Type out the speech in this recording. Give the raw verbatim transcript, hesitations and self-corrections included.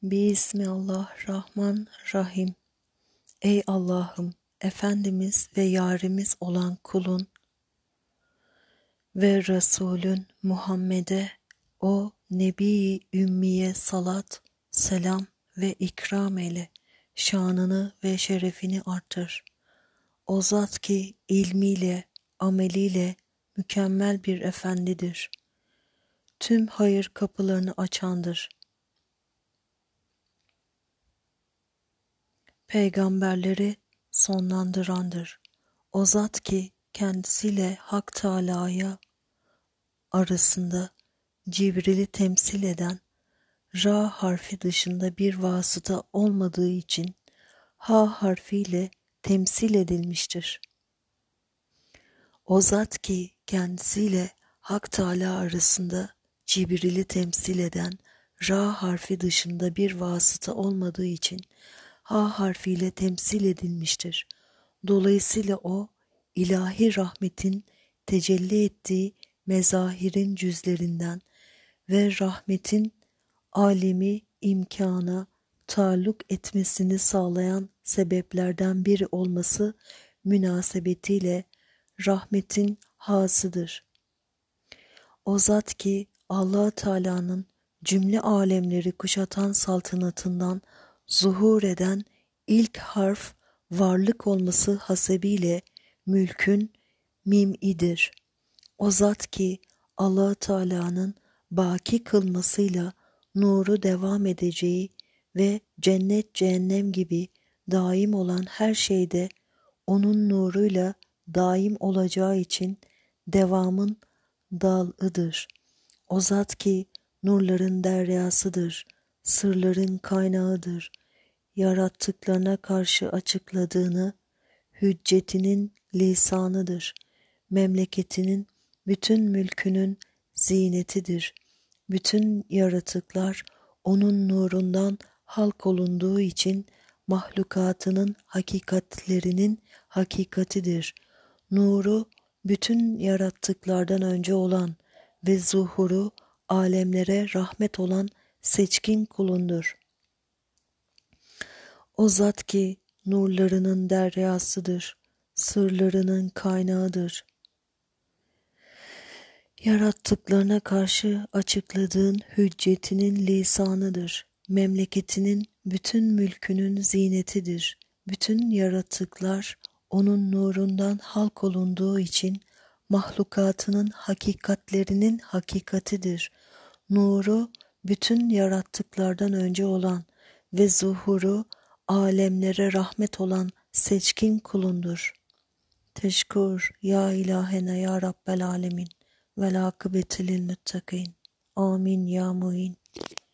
Bismillahirrahmanirrahim. Ey Allah'ım, Efendimiz ve yarimiz olan kulun ve Resulün Muhammed'e, o Nebi-i Ümmiye salat, selam ve ikram eyle, şanını ve şerefini artır. O zat ki ilmiyle, ameliyle mükemmel bir efendidir. Tüm hayır kapılarını açandır. Peygamberleri sonlandırandır. O zat ki kendisiyle Hak Teâlâ'ya arasında Cibril'i temsil eden Ra harfi dışında bir vasıta olmadığı için Ha harfiyle temsil edilmiştir. O zat ki kendisiyle Hak Teâlâ arasında Cibril'i temsil eden Ra harfi dışında bir vasıta olmadığı için Ha harfiyle temsil edilmiştir. Dolayısıyla o, ilahi rahmetin tecelli ettiği mezahirin cüzlerinden ve rahmetin alemi imkana taalluk etmesini sağlayan sebeplerden biri olması münasebetiyle rahmetin hasıdır. O zat ki Allah Teala'nın cümle alemleri kuşatan saltanatından zuhur eden ilk harf varlık olması hasebiyle mülkün mim'idir. O zat ki Allah Teala'nın baki kılmasıyla nuru devam edeceği ve cennet cehennem gibi daim olan her şeyde onun nuruyla daim olacağı için devamın dalıdır. O zat ki nurların deryasıdır, sırların kaynağıdır. Yarattıklarına karşı açıkladığını, hüccetinin lisanıdır. Memleketinin bütün mülkünün zinetidir. Bütün yaratıklar onun nurundan halk olunduğu için mahlukatının hakikatlerinin hakikatidir. Nuru bütün yarattıklardan önce olan ve zuhuru alemlere rahmet olan seçkin kulundur. O zat ki nurlarının deryasıdır, sırlarının kaynağıdır. Yarattıklarına karşı açıkladığın hüccetinin lisanıdır. Memleketinin bütün mülkünün zinetidir. Bütün yaratıklar onun nurundan halk olunduğu için mahlukatının hakikatlerinin hakikatidir. Nuru bütün yarattıklardan önce olan ve zuhuru alemlere rahmet olan seçkin kulundur. Teşkur ya ilahena ya Rabbel alemin vel akıbeti lil muttakin. Amin ya muin.